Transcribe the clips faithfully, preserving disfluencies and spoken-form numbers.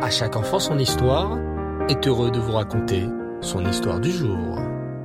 À chaque enfant son histoire est heureux de vous raconter son histoire du jour.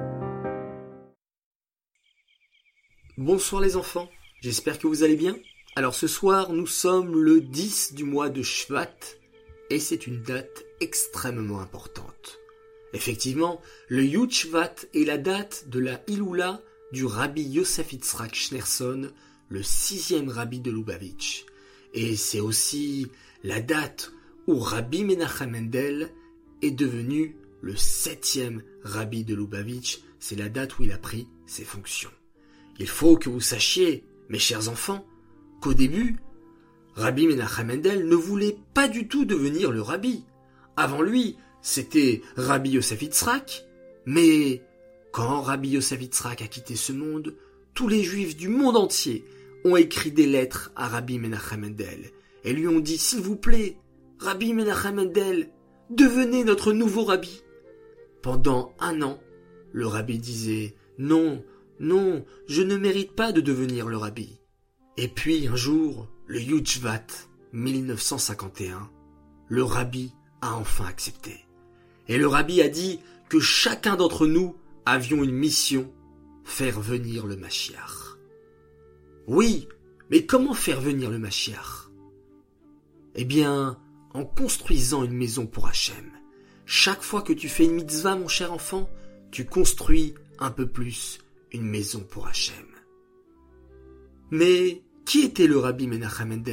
Bonsoir les enfants, j'espère que vous allez bien. Alors ce soir, nous sommes le dix du mois de Shvat et c'est une date extrêmement importante. Effectivement, le Yud Shvat est la date de la Hiloula du Rabbi Yosef Yitzhak Schneerson, le sixième rabbi de Lubavitch. Et c'est aussi la date où Rabbi Menachem Mendel est devenu le septième rabbi de Lubavitch. C'est la date où il a pris ses fonctions. Il faut que vous sachiez, mes chers enfants, qu'au début, Rabbi Menachem Mendel ne voulait pas du tout devenir le rabbi. Avant lui, c'était Rabbi Yosef Yitzhak, mais quand Rabbi Yosef Yitzhak a quitté ce monde, tous les juifs du monde entier ont écrit des lettres à Rabbi Menachem Mendel et lui ont dit « S'il vous plaît, Rabbi Menachem Mendel, devenez notre nouveau rabbi ». Pendant un an, le rabbi disait « Non, non, je ne mérite pas de devenir le rabbi ». Et puis un jour, le Yud Shvat mille neuf cent cinquante et un, le rabbi a enfin accepté. Et le rabbi a dit que chacun d'entre nous avions une mission, faire venir le Mashiach. Oui, mais comment faire venir le Mashiach ? Eh bien, en construisant une maison pour Hachem. Chaque fois que tu fais une mitzvah, mon cher enfant, tu construis un peu plus une maison pour Hachem. Mais qui était le rabbi Menachem Mendel ?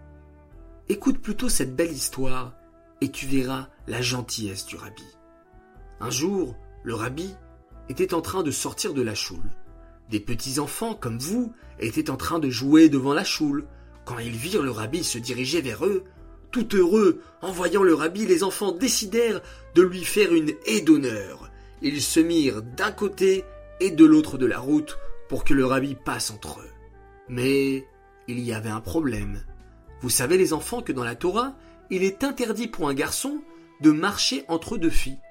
Écoute plutôt cette belle histoire et tu verras la gentillesse du rabbi. Un jour, le rabbi était en train de sortir de la choule. Des petits enfants comme vous étaient en train de jouer devant la choule. Quand ils virent le rabbi se diriger vers eux, tout heureux, en voyant le rabbi, les enfants décidèrent de lui faire une haie d'honneur. Ils se mirent d'un côté et de l'autre de la route pour que le rabbi passe entre eux. Mais il y avait un problème. Vous savez les enfants que dans la Torah, il est interdit pour un garçon de marcher entre deux filles.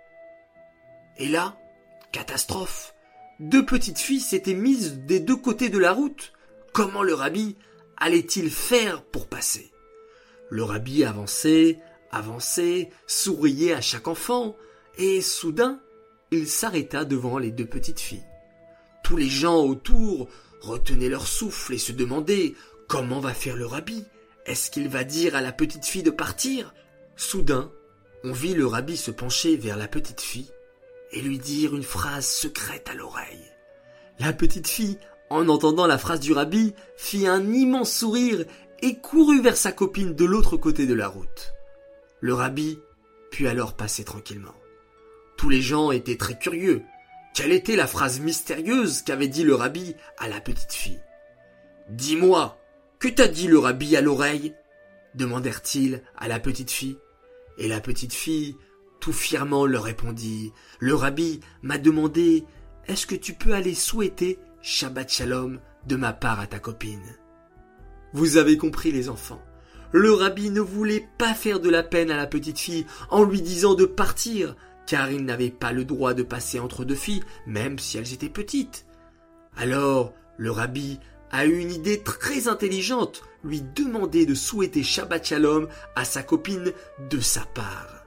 Et là, catastrophe, deux petites filles s'étaient mises des deux côtés de la route. Comment le rabbi allait-il faire pour passer ? Le rabbi avançait, avançait, souriait à chaque enfant, et soudain, il s'arrêta devant les deux petites filles. Tous les gens autour retenaient leur souffle et se demandaient « Comment va faire le rabbi ? Est-ce qu'il va dire à la petite fille de partir ?» Soudain, on vit le rabbi se pencher vers la petite fille et lui dire une phrase secrète à l'oreille. La petite fille, en entendant la phrase du rabbi, fit un immense sourire et courut vers sa copine de l'autre côté de la route. Le rabbi put alors passer tranquillement. Tous les gens étaient très curieux. Quelle était la phrase mystérieuse qu'avait dit le rabbi à la petite fille ? « Dis-moi, que t'a dit le rabbi à l'oreille ?» demandèrent-ils à la petite fille. Et la petite fille, tout fièrement, leur répondit « Le rabbi m'a demandé « Est-ce que tu peux aller souhaiter Shabbat Shalom de ma part à ta copine ?» Vous avez compris les enfants. Le rabbi ne voulait pas faire de la peine à la petite fille en lui disant de partir, car il n'avait pas le droit de passer entre deux filles, même si elles étaient petites. Alors, le rabbi a eu une idée très intelligente, lui demander de souhaiter Shabbat Shalom à sa copine de sa part.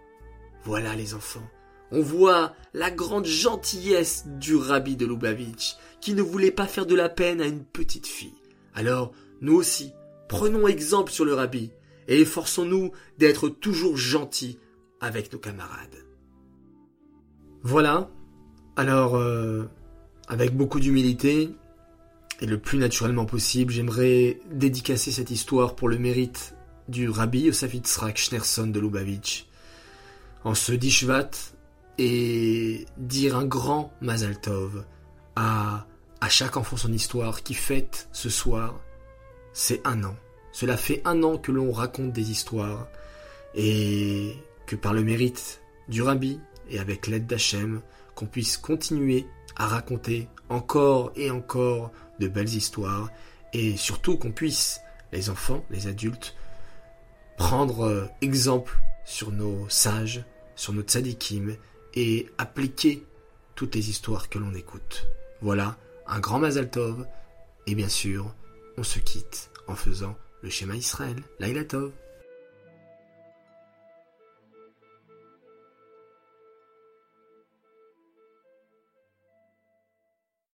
Voilà les enfants, on voit la grande gentillesse du rabbi de Lubavitch, qui ne voulait pas faire de la peine à une petite fille. Alors, nous aussi, prenons exemple sur le rabbi et efforçons-nous d'être toujours gentils avec nos camarades. Voilà, alors euh, avec beaucoup d'humilité et le plus naturellement possible, j'aimerais dédicacer cette histoire pour le mérite du rabbi Yosef Yitzhak Schneerson de Lubavitch en ce dix Shvat et dire un grand Mazal Tov à, à chaque enfant son histoire qui fête ce soir. C'est un an. Cela fait un an que l'on raconte des histoires et que par le mérite du rabbi et avec l'aide d'Hachem, qu'on puisse continuer à raconter encore et encore de belles histoires et surtout qu'on puisse, les enfants, les adultes, prendre exemple sur nos sages, sur nos tzadikim et appliquer toutes les histoires que l'on écoute. Voilà, un grand Mazal Tov et bien sûr, on se quitte en faisant le schéma Israël. Laïla Tov.